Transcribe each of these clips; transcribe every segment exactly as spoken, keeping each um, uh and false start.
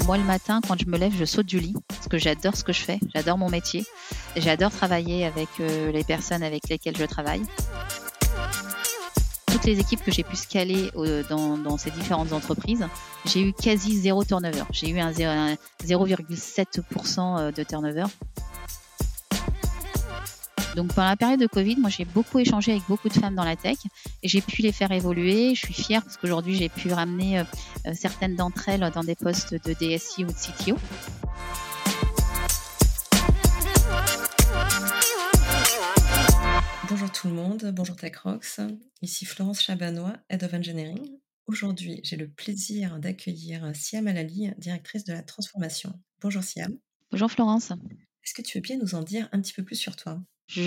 Moi, le matin, quand je me lève, je saute du lit parce que j'adore ce que je fais, j'adore mon métier. J'adore travailler avec euh, les personnes avec lesquelles je travaille. Toutes les équipes que j'ai pu scaler euh, dans, dans ces différentes entreprises, j'ai eu quasi zéro turnover. J'ai eu un, zéro- un zéro virgule sept pour cent de turnover. Donc pendant la période de Covid, moi j'ai beaucoup échangé avec beaucoup de femmes dans la tech et j'ai pu les faire évoluer. Je suis fière parce qu'aujourd'hui j'ai pu ramener euh, euh, certaines d'entre elles dans des postes de D S I ou de C T O. Bonjour tout le monde, bonjour TechRox. Ici Florence Chabanois, Head of Engineering. Aujourd'hui, j'ai le plaisir d'accueillir Siam Alali, directrice de la transformation. Bonjour Siam. Bonjour Florence. Est-ce que tu veux bien nous en dire un petit peu plus sur toi?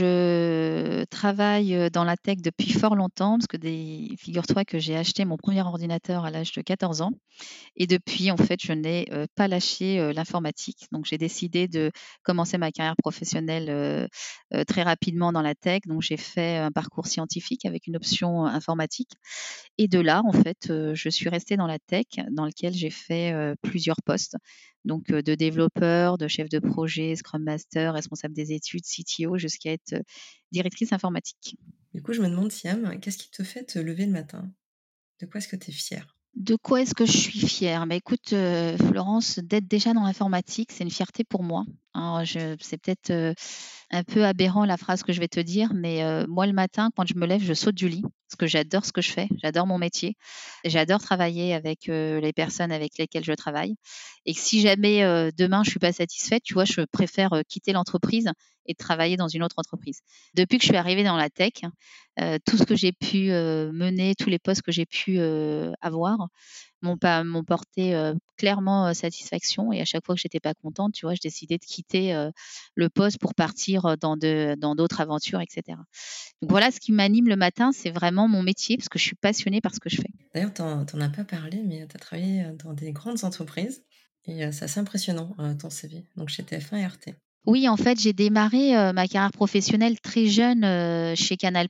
Je travaille dans la tech depuis fort longtemps parce que des... figure-toi que j'ai acheté mon premier ordinateur à l'âge de quatorze ans. Et depuis, en fait, je n'ai euh, pas lâché euh, l'informatique. Donc, j'ai décidé de commencer ma carrière professionnelle euh, euh, très rapidement dans la tech. Donc, j'ai fait un parcours scientifique avec une option euh, informatique. Et de là, en fait, euh, je suis restée dans la tech, dans lequel j'ai fait euh, plusieurs postes. Donc, euh, de développeur, de chef de projet, Scrum Master, responsable des études, C T O, jusqu'à être euh, directrice informatique. Du coup, je me demande, Siam, qu'est-ce qui te fait te lever le matin? De quoi est-ce que tu es fière? De quoi est-ce que je suis fière? Bah, écoute, heu, Florence, d'être déjà dans l'informatique, c'est une fierté pour moi. Alors je c'est peut-être, heu, un peu aberrant la phrase que je vais te dire, mais, heu, moi le matin quand je me lève, je saute du lit parce que j'adore ce que je fais, j'adore mon métier. J'adore travailler avec, heu, les personnes avec lesquelles je travaille et que si jamais, heu, demain je suis pas satisfaite, tu vois, je préfère, heu, quitter l'entreprise et travailler dans une autre entreprise. Depuis que je suis arrivée dans la tech, heu, tout ce que j'ai pu, heu, mener, tous les postes que j'ai pu, heu, avoir m'ont pas m'ont porté, heu, clairement, heu, satisfaction et à chaque fois que j'étais pas contente, tu vois, je décidais de quitter, heu, le poste pour partir, heu, dans de dans d'autres aventures et cetera. Donc voilà, ce qui m'anime le matin, c'est vraiment mon métier parce que je suis passionnée par ce que je fais. D'ailleurs, tu en as pas parlé, mais tu as travaillé euh, dans des grandes entreprises et euh, c'est assez impressionnant, euh, ton C V. Donc chez T F un et R T. Oui, en fait, j'ai démarré, heu, ma carrière professionnelle très jeune, heu, chez Canal+,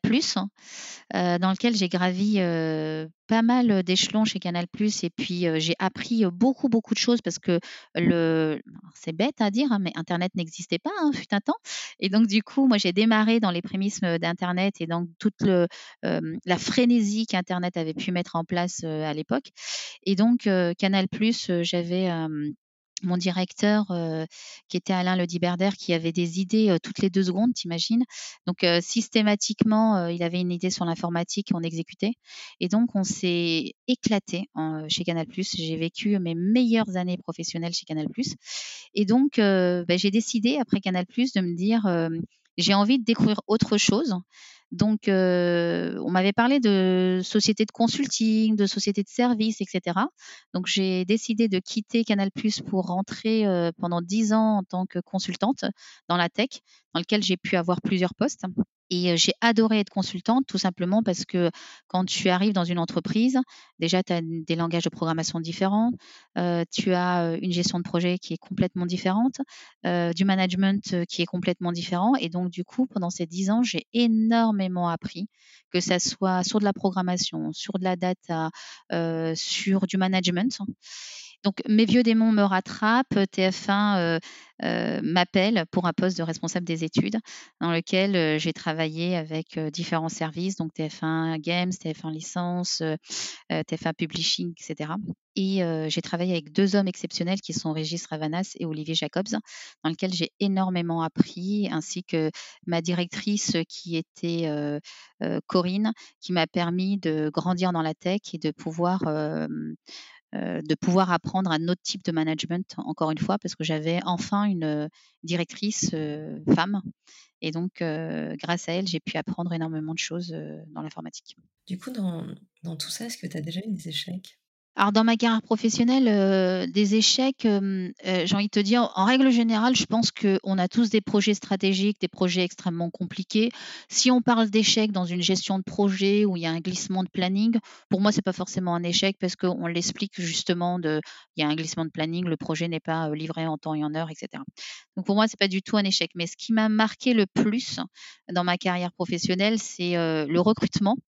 heu, dans lequel j'ai gravi, heu, pas mal, d'échelons chez Canal+ et puis, heu, j'ai appris, heu, beaucoup, beaucoup de choses parce que le alors c'est bête à dire, hein, mais internet n'existait pas, hein, fut un temps et donc du coup, moi, j'ai démarré dans les prémices, heu, d'internet et donc toute le, hem, la frénésie qu'internet avait pu mettre en place, heu, à l'époque et donc heu, Canal+, heu, j'avais, hem, mon directeur, heu, qui était Alain Lediberder, qui avait des idées, heu, toutes les deux secondes, tu imagines? Donc heu, systématiquement, heu, il avait une idée sur l'informatique, on exécutait et donc on s'est éclaté en chez Canal+. J'ai vécu mes meilleures années professionnelles chez Canal+ et donc heu, bah, j'ai décidé après Canal+ de me dire, hem: «J'ai envie de découvrir autre chose». Donc heu, on m'avait parlé de sociétés de consulting, de sociétés de services et cetera. Donc j'ai décidé de quitter Canal+ pour rentrer, heu, pendant dix ans en tant que consultante dans la tech, dans lequel j'ai pu avoir plusieurs postes. Et heu, j'ai adoré être consultante tout simplement parce que quand tu arrives dans une entreprise, déjà tu as des langages de programmation différents, heu, tu as, heu, une gestion de projet qui est complètement différente, heu, du management, heu, qui est complètement différent et donc du coup, pendant ces dix ans, j'ai énormément appris, que ça soit sur de la programmation, sur de la data, heu, sur du management. Donc mes vieux démons me rattrapent, T F un, heu heu, m'appelle pour un poste de responsable des études dans lequel, heu, j'ai travaillé avec, heu, différents services, donc T F un Games, T F un Licence, heu heu, T F un Publishing et cetera et heu, j'ai travaillé avec deux hommes exceptionnels qui sont Régis Ravanas et Olivier Jacobs, dans lequel j'ai énormément appris, ainsi que ma directrice qui était, heu heu, Corinne, qui m'a permis de grandir dans la tech et de pouvoir, hem, heu, de pouvoir apprendre un autre type de management, encore une fois, parce que j'avais enfin une, heu, directrice, heu, femme et donc heu, grâce à elle, j'ai pu apprendre énormément de choses, heu, dans l'informatique. Du coup, dans, dans tout ça, est-ce que tu as déjà eu des échecs? Alors dans ma carrière professionnelle, heu, des échecs, hem, heu, j'ai envie de te dire, en règle générale, je pense qu'on a tous des projets stratégiques, des projets extrêmement compliqués. Si on parle d'échecs dans une gestion de projet où il y a un glissement de planning, pour moi, c'est pas forcément un échec parce qu'on l'explique justement de il y a un glissement de planning, le projet n'est pas, heu, livré en temps et en heure et cetera. Donc pour moi, c'est pas du tout un échec. Mais ce qui m'a marqué le plus dans ma carrière professionnelle, c'est, heu, le recrutement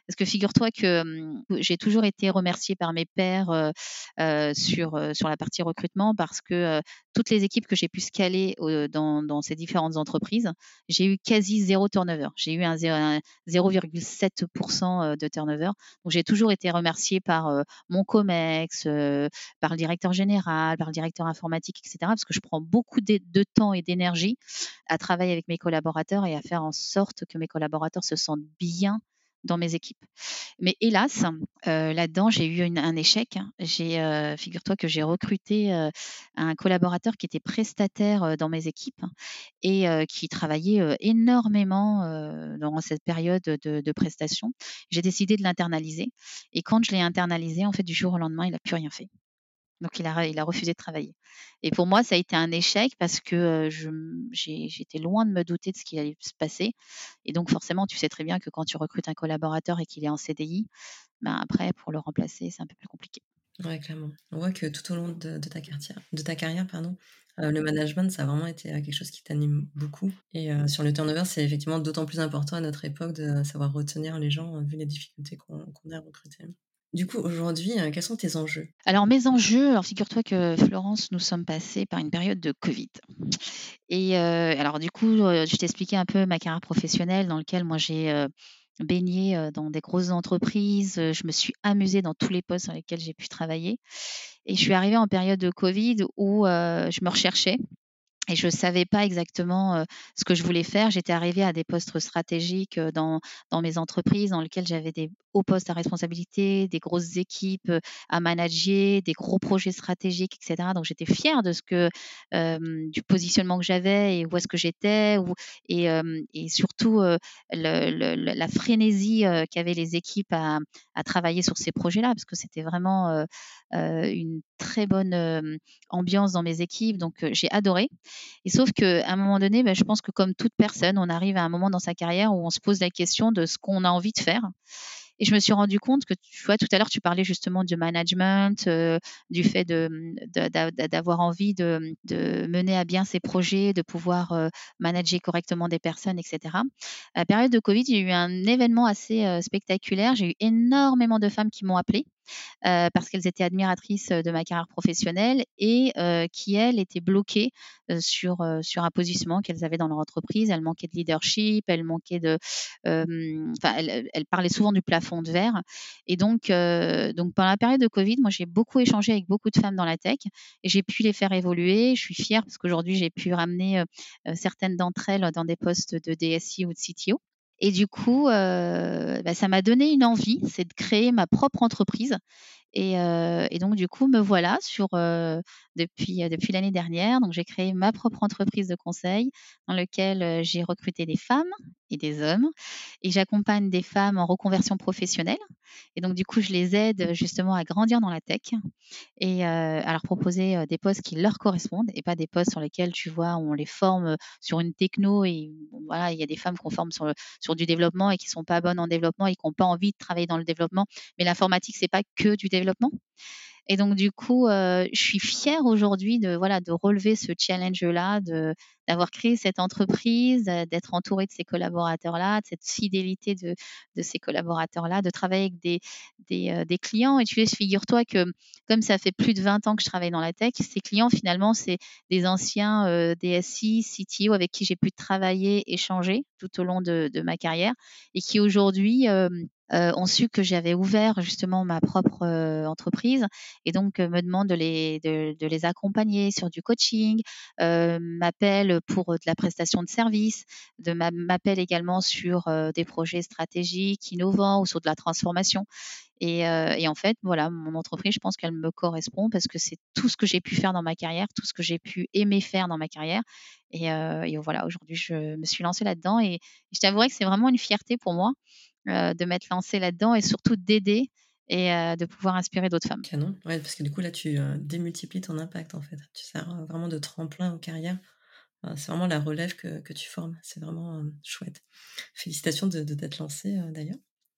Parce que figure-toi que, hem, j'ai toujours été remerciée par mes pairs, heu heu, sur, heu, sur la partie recrutement parce que, heu, toutes les équipes que j'ai pu scaler, heu, dans dans ces différentes entreprises, j'ai eu quasi zéro turnover. J'ai eu un zé un zéro virgule sept pour cent, heu, de turnover. Donc j'ai toujours été remerciée par, heu, mon comex, heu, par le directeur général, par le directeur informatique et cetera, parce que je prends beaucoup de de temps et d'énergie à travailler avec mes collaborateurs et à faire en sorte que mes collaborateurs se sentent bien dans mes équipes. Mais hélas, heu, là-dedans, j'ai eu une un échec. J'ai, heu, figure-toi que j'ai recruté, heu, un collaborateur qui était prestataire, heu, dans mes équipes et heu, qui travaillait, heu, énormément, heu, durant cette période de de prestation. J'ai décidé de l'internaliser et quand je l'ai internalisé, en fait, du jour au lendemain, il a plus rien fait. Donc il a il a refusé de travailler et pour moi, ça a été un échec parce que, heu, je m j'ai j'étais loin de me douter de ce qui allait se passer et donc forcément, tu sais très bien que quand tu recrutes un collaborateur et qu'il est en C D I, ben, après pour le remplacer, c'est un peu plus compliqué. Ouais, clairement. On voit que tout au long de de ta carrière de ta carrière, pardon, heu, le management, ça a vraiment été, heu, quelque chose qui t'anime beaucoup et heu, sur le turnover, c'est effectivement d'autant plus important à notre époque de savoir retenir les gens, heu, vu les difficultés qu'on qu'on a à recruter. Du coup, aujourd'hui, heu, quels sont tes enjeux? Alors mes enjeux, alors figure-toi que Florence, nous sommes passés par une période de Covid et heu, alors du coup, heu, je t'expliquais un peu ma carrière professionnelle dans lequel moi j'ai, heu, baigné, heu, dans des grosses entreprises, heu, je me suis amusée dans tous les postes dans lesquels j'ai pu travailler et je suis arrivée en période de Covid où, heu, je me recherchais et je savais pas exactement, heu, ce que je voulais faire. J'étais arrivée à des postes stratégiques, heu, dans dans mes entreprises dans lesquelles j'avais des hauts postes à responsabilité, des grosses équipes, heu, à manager, des gros projets stratégiques et cetera. Donc j'étais fière de ce que, hem, du positionnement que j'avais et où est-ce que j'étais où et hem et surtout, heu, le le le la frénésie, heu, qu'avaient les équipes à à travailler sur ces projets-là. Parce que c'était vraiment, heu heu, une très bonne, hem, ambiance dans mes équipes donc heu, j'ai adoré. Et sauf qu'à un moment donné, bah, je pense que comme toute personne, on arrive à un moment dans sa carrière où on se pose la question de ce qu'on a envie de faire. Et je me suis rendu compte que, tu vois, tout à l'heure, tu parlais justement du management, heu, du fait de, mmh, de d'a d'a d'avoir envie de, mmh, de mener à bien ses projets, de pouvoir, heu, manager correctement des personnes et cetera. À la période de Covid, il y a eu un événement assez, heu, spectaculaire. J'ai eu énormément de femmes qui m'ont appelée heu, parce qu'elles étaient admiratrices, de ma carrière professionnelle et heu, qui elles étaient bloquées, heu, sur, heu, sur un positionnement qu'elles avaient dans leur entreprise. Elles manquaient de leadership, elles manquaient de, hem, enfin elles elles elles parlaient souvent du plafond de verre et donc heu, donc pendant la période de Covid, moi j'ai beaucoup échangé avec beaucoup de femmes dans la tech et j'ai pu les faire évoluer. Je suis fière parce qu'aujourd'hui j'ai pu ramener, heu heu, certaines d'entre elles dans des postes de D S I ou de C T O et du coup, heu, bah, ça m'a donné une envie, c'est de créer ma propre entreprise et heu et donc du coup, me voilà sur, heu, depuis, heu, depuis l'année dernière. Donc j'ai créé ma propre entreprise de conseil dans lequel, heu, j'ai recruté des femmes et des hommes et j'accompagne des femmes en reconversion professionnelle et donc du coup, je les aide, justement à grandir dans la tech et heu, à leur proposer, heu, des postes qui leur correspondent et pas des postes sur lesquels, tu vois, on les forme, sur une techno et bon voilà, il y a des femmes qu'on forme sur le sur du développement et qui sont pas bonnes en développement et qui ont pas envie de travailler dans le développement. Mais l'informatique, c'est pas que du développement. Et donc du coup, heu, je suis fière aujourd'hui de voilà, de relever ce challenge-là, de d'avoir créé cette entreprise, heu, d'être entourée de ces collaborateurs-là, de cette fidélité de de ces collaborateurs-là, de travailler avec des des, heu, des clients et tu sais, figure-toi que comme ça fait plus de vingt ans que je travaille dans la tech, ces clients finalement, c'est des anciens, heu, D S I, C T O avec qui j'ai pu travailler, échanger tout au long de de ma carrière et qui aujourd'hui, hem, heu, ont su que j'avais ouvert justement ma propre, heu, entreprise et donc heu, me demandent de les de de les accompagner sur du coaching, heu, m'appellent pour, heu, de la prestation de services, de m'a m'appellent également sur, heu, des projets stratégiques, innovants ou sur de la transformation et heu et en fait, voilà, mon entreprise, je pense qu'elle me correspond parce que c'est tout ce que j'ai pu faire dans ma carrière, tout ce que j'ai pu aimer faire dans ma carrière et heu et voilà, aujourd'hui, je me suis lancée là-dedans et je t'avouerai que c'est vraiment une fierté pour moi, heu, de m'être lancée là-dedans et surtout d'aider et heu, de pouvoir inspirer d'autres femmes. Canon. Ouais, parce que du coup, là, tu, heu, démultiplies ton impact, en fait. Tu sers, heu, vraiment de tremplin aux carrières. Heu, c'est vraiment la relève que que tu formes. C'est vraiment, hem, chouette. Félicitations de de t'être lancée, heu, d'ailleurs.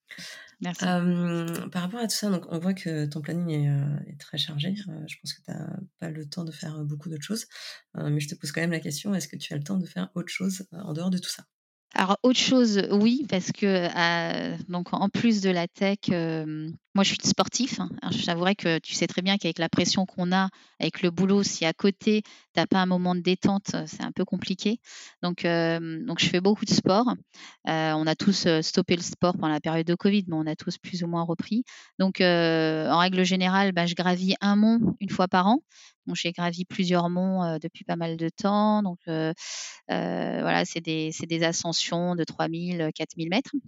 Merci. Hem, par rapport à tout ça, donc on voit que ton planning est, heu, est très chargé. Heu, je pense que tu as pas le temps de faire, heu, beaucoup d'autres choses. Heu, mais je te pose quand même la question, est-ce que tu as le temps de faire autre chose, heu, en dehors de tout ça? Alors autre chose, oui, parce que, heu, donc en plus de la tech, hem, moi je suis sportif, hein. Alors je t'avouerai que tu sais très bien qu'avec la pression qu'on a, avec le boulot, si à côté tu as pas un moment de détente, heu, c'est un peu compliqué. Donc hem, donc je fais beaucoup de sport. Heu, on a tous, heu, stoppé le sport pendant la période de covid, mais on a tous plus ou moins repris. Donc heu, en règle générale, bah, je gravis un mont une fois par an. Donc j'ai gravi plusieurs monts, heu, depuis pas mal de temps. Donc heu Heu, voilà, c'est des c'est des ascensions de trois mille, quatre mille mètres.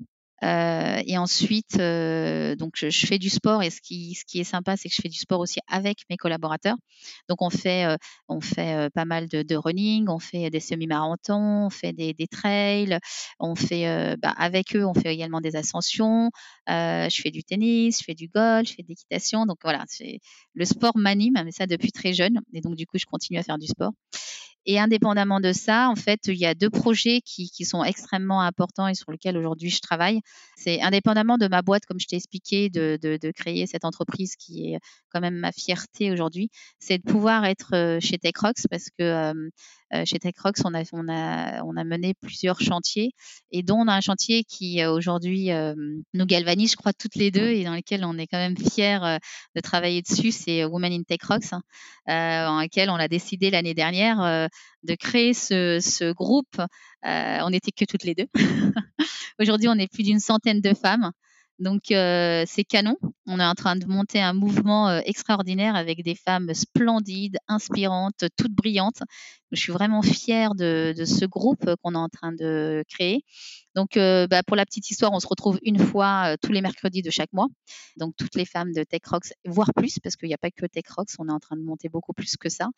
Heu et ensuite, heu, donc je je fais du sport et ce qui ce qui est sympa, c'est que je fais du sport aussi avec mes collaborateurs. Donc on fait, heu, on fait, heu, pas mal de de running, on fait des semi-marathons, on fait des des trails, on fait, heu, bah, avec eux, on fait également des ascensions. Heu, je fais du tennis, je fais du golf, je fais de l'équitation. Donc voilà, c'est le sport m'anime, mais ça depuis très jeune et donc du coup, je continue à faire du sport. Et indépendamment de ça, en fait, il y a deux projets qui qui sont extrêmement importants et sur lesquels aujourd'hui je travaille. C'est indépendamment de ma boîte, comme je t'ai expliqué, de de de créer cette entreprise qui est quand même ma fierté aujourd'hui, c'est de pouvoir être, heu, chez Techrocks parce que, hem, heu, chez Techrocks, on a on a on a mené plusieurs chantiers et dont on a un chantier qui, heu, aujourd'hui, hem, nous galvanise, je crois, toutes les deux et dans lequel on est quand même fiers, heu, de travailler dessus, c'est Women in Techrocks, hein, heu, dans lequel on a décidé l'année dernière, heu, de créer ce ce groupe. Heu, on n'était que toutes les deux. Aujourd'hui, on est plus d'une centaine de femmes, donc heu, c'est canon. On est en train de monter un mouvement, heu, extraordinaire avec des femmes splendides, inspirantes, toutes brillantes. Je suis vraiment fière de de ce groupe qu'on est en train de créer. Donc heu, bah, pour la petite histoire, on se retrouve une fois, heu, tous les mercredis de chaque mois. Donc toutes les femmes de Tech Rocks, voire plus, parce qu'il n'y a pas que Tech Rocks, on est en train de monter beaucoup plus que ça.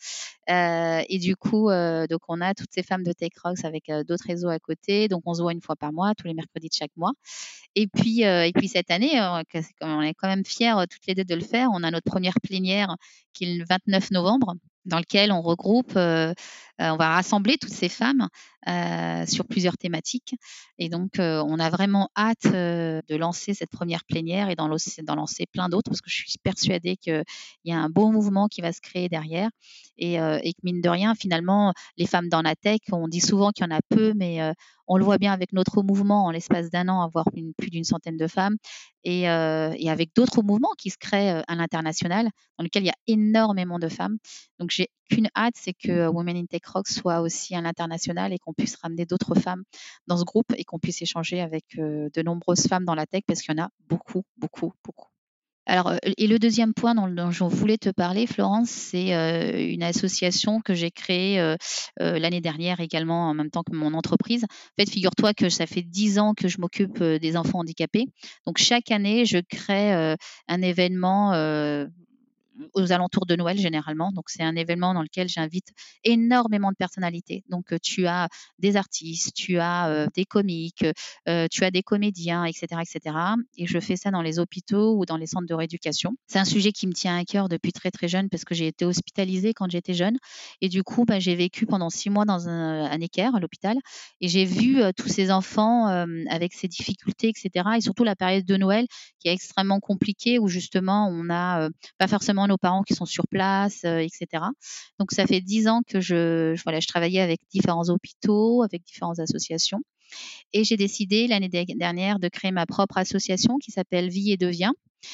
Heu et du coup, heu, donc on a toutes ces femmes de Tech Rocks avec, heu, d'autres réseaux à côté. Donc on se voit une fois par mois, tous les mercredis de chaque mois. Et puis, heu et puis cette année, heu, que c'est quand on est quand même fiers, heu, toutes les deux de le faire. On a notre première plénière qui est le vingt-neuf novembre, dans lequel on regroupe, heu heu, on va rassembler toutes ces femmes, heu, sur plusieurs thématiques et donc heu, on a vraiment hâte, heu, de lancer cette première plénière et d'en lancer d'en lancer plein d'autres parce que je suis persuadée qu'il y a un beau mouvement qui va se créer derrière et heu et que mine de rien, finalement, les femmes dans la tech, on dit souvent qu'il y en a peu, mais heu, on le voit bien avec notre mouvement en l'espace d'un an, avoir une plus d'une centaine de femmes et heu et avec d'autres mouvements qui se créent, heu, à l'international, dans lesquels il y a énormément de femmes. Donc j'ai qu'une hâte, c'est que Women in Tech Rock soit aussi à l'international et qu'on puisse ramener d'autres femmes dans ce groupe et qu'on puisse échanger avec, heu, de nombreuses femmes dans la tech parce qu'il y en a beaucoup, beaucoup, beaucoup. Alors, heu et le deuxième point dont dont je voulais te parler, Florence, c'est, heu, une association que j'ai créée, heu heu, l'année dernière également en même temps que mon entreprise. En fait, figure-toi que ça fait dix ans que je m'occupe, heu, des enfants handicapés. Donc chaque année, je crée, heu, un événement, heu, aux alentours de Noël généralement. Donc c'est un événement dans lequel j'invite énormément de personnalités. Donc, heu, tu as des artistes, tu as, heu, des comiques, heu, tu as des comédiens et cetera et cetera et je fais ça dans les hôpitaux ou dans les centres de rééducation. C'est un sujet qui me tient à cœur depuis très, très jeune parce que j'ai été hospitalisée quand j'étais jeune et du coup, bah, j'ai vécu pendant six mois dans un un équerre à l'hôpital et j'ai vu, heu, tous ces enfants, hem, avec ces difficultés et cetera et surtout la période de Noël qui est extrêmement compliquée où justement on a, heu, pas forcément nos parents qui sont sur place, heu et cetera. Donc ça fait dix ans que je je voilà, je travaillais avec différents hôpitaux, avec différentes associations et j'ai décidé l'année dernière de créer ma propre association qui s'appelle Vie et Devient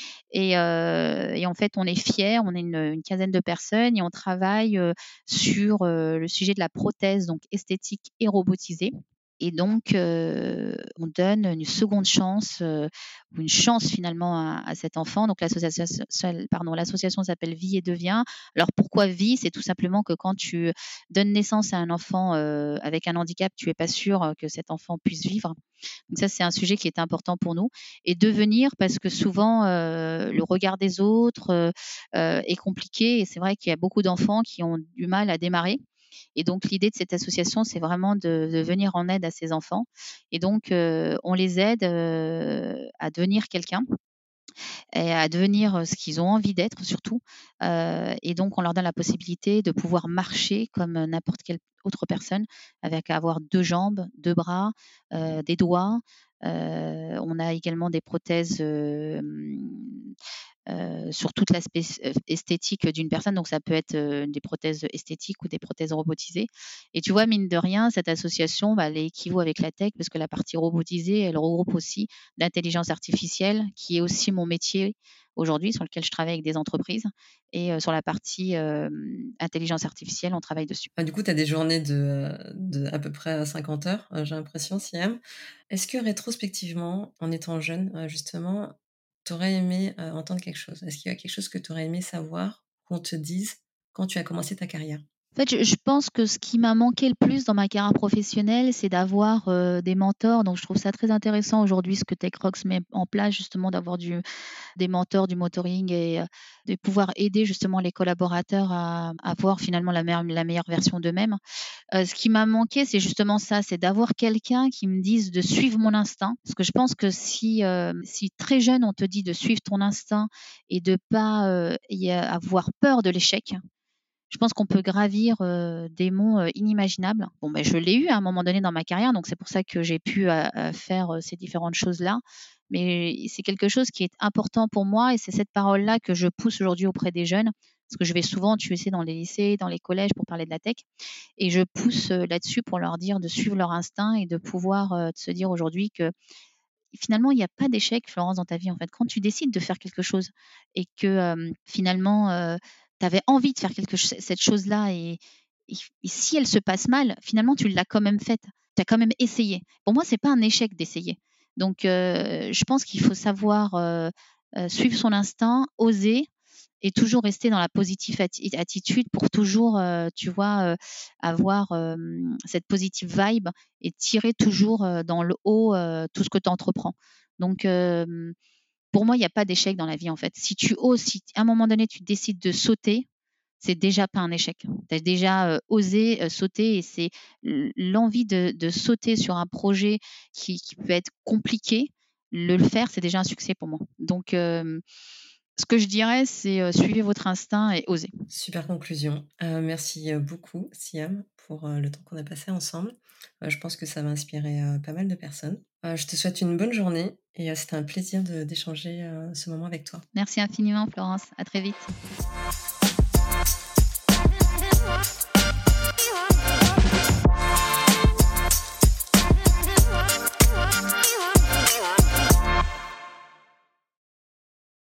et heu et en fait, on est fiers, on est une, une quinzaine de personnes et on travaille, heu, sur, heu, le sujet de la prothèse, donc esthétique et robotisée. Et donc, heu, on donne une seconde chance, heu, ou une chance finalement à à cet enfant. Donc l'association pardon, l'association s'appelle Vie et Devient. Alors pourquoi Vie? C'est tout simplement que quand tu donnes naissance à un enfant, heu, avec un handicap, tu es pas sûr, que cet enfant puisse vivre. Donc ça, c'est un sujet qui est important pour nous et devenir parce que souvent, heu, le regard des autres, heu heu, est compliqué et c'est vrai qu'il y a beaucoup d'enfants qui ont du mal à démarrer et donc l'idée de cette association, c'est vraiment de de venir en aide à ces enfants et donc heu, on les aide, heu, à devenir quelqu'un et à devenir, heu, ce qu'ils ont envie d'être surtout, heu et donc on leur donne la possibilité de pouvoir marcher comme, heu, n'importe quelle autre personne avec avoir deux jambes, deux bras, heu, des doigts. Heu, on a également des prothèses, hem, heu, sur toute l'aspect s heu, esthétique d'une personne. Donc ça peut être, heu, des prothèses esthétiques ou des prothèses robotisées et tu vois, mine de rien, cette association, bah, elle équivaut avec la tech parce que la partie robotisée, elle regroupe aussi l'intelligence artificielle qui est aussi mon métier aujourd'hui, sur lequel je travaille avec des entreprises et heu, sur la partie, hem, intelligence artificielle, on travaille dessus. Ah, du coup, tu as des journées de, heu, de à peu près cinquante heures, heu, j'ai l'impression, Siam. Est-ce que rétrospectivement, en étant jeune, heu, justement, tu aurais aimé, heu, entendre quelque chose? Est-ce qu'il y a quelque chose que tu aurais aimé savoir, qu'on te dise quand tu as commencé ta carrière? En fait, je je pense que ce qui m'a manqué le plus dans ma carrière professionnelle, c'est d'avoir, heu, des mentors. Donc je trouve ça très intéressant aujourd'hui ce que TechRox met en place justement d'avoir du des mentors, du mentoring et heu, de pouvoir aider justement les collaborateurs à à voir finalement la meilleure la meilleure version d'eux-mêmes. Heu, ce qui m'a manqué, c'est justement ça, c'est d'avoir quelqu'un qui me dise de suivre mon instinct. Parce que je pense que si, heu, si très jeune on te dit de suivre ton instinct et de pas, heu, y a avoir peur de l'échec, je pense qu'on peut gravir, heu, des monts, heu, inimaginables. Bon, ben, je l'ai eu à un moment donné dans ma carrière, donc c'est pour ça que j'ai pu, heu heu, faire, heu, ces différentes choses-là. Mais c'est quelque chose qui est important pour moi et c'est cette parole-là que je pousse aujourd'hui auprès des jeunes. Parce que je vais souvent, tu sais, dans les lycées, dans les collèges pour parler de la tech et je pousse, heu, là-dessus pour leur dire de suivre leur instinct et de pouvoir, heu, de se dire aujourd'hui que finalement, il y a pas d'échec, Florence, dans ta vie, en fait. Quand tu décides de faire quelque chose et que, hem, finalement, heu, tu avais envie de faire quelque ch cette chose-là et et et si elle se passe mal, finalement, tu l'as quand même faite. Tu as quand même essayé. Pour moi, c'est pas un échec d'essayer. Donc heu, je pense qu'il faut savoir, heu heu, suivre son instinct, oser et toujours rester dans la positive atti attitude pour toujours, heu, tu vois, heu, avoir, hem, cette positive vibe et tirer toujours, heu, dans le haut, heu, tout ce que tu entreprends. Donc hem, pour moi, il y a pas d'échec dans la vie, en fait. Si tu oses, si à un moment donné, tu décides de sauter, c'est déjà pas un échec. Tu as déjà, heu, osé, heu, sauter et c'est l l'envie de de sauter sur un projet qui qui peut être compliqué, le le faire, c'est déjà un succès pour moi. Donc hem, ce que je dirais, c'est, heu, suivez votre instinct et osez. Super conclusion. Heu, merci, heu, beaucoup, Siam, pour, heu, le temps qu'on a passé ensemble. Heu, je pense que ça va inspirer, heu, pas mal de personnes. Heu, je te souhaite une bonne journée et heu, c'était un plaisir de d'échanger, heu, ce moment avec toi. Merci infiniment Florence, à très vite.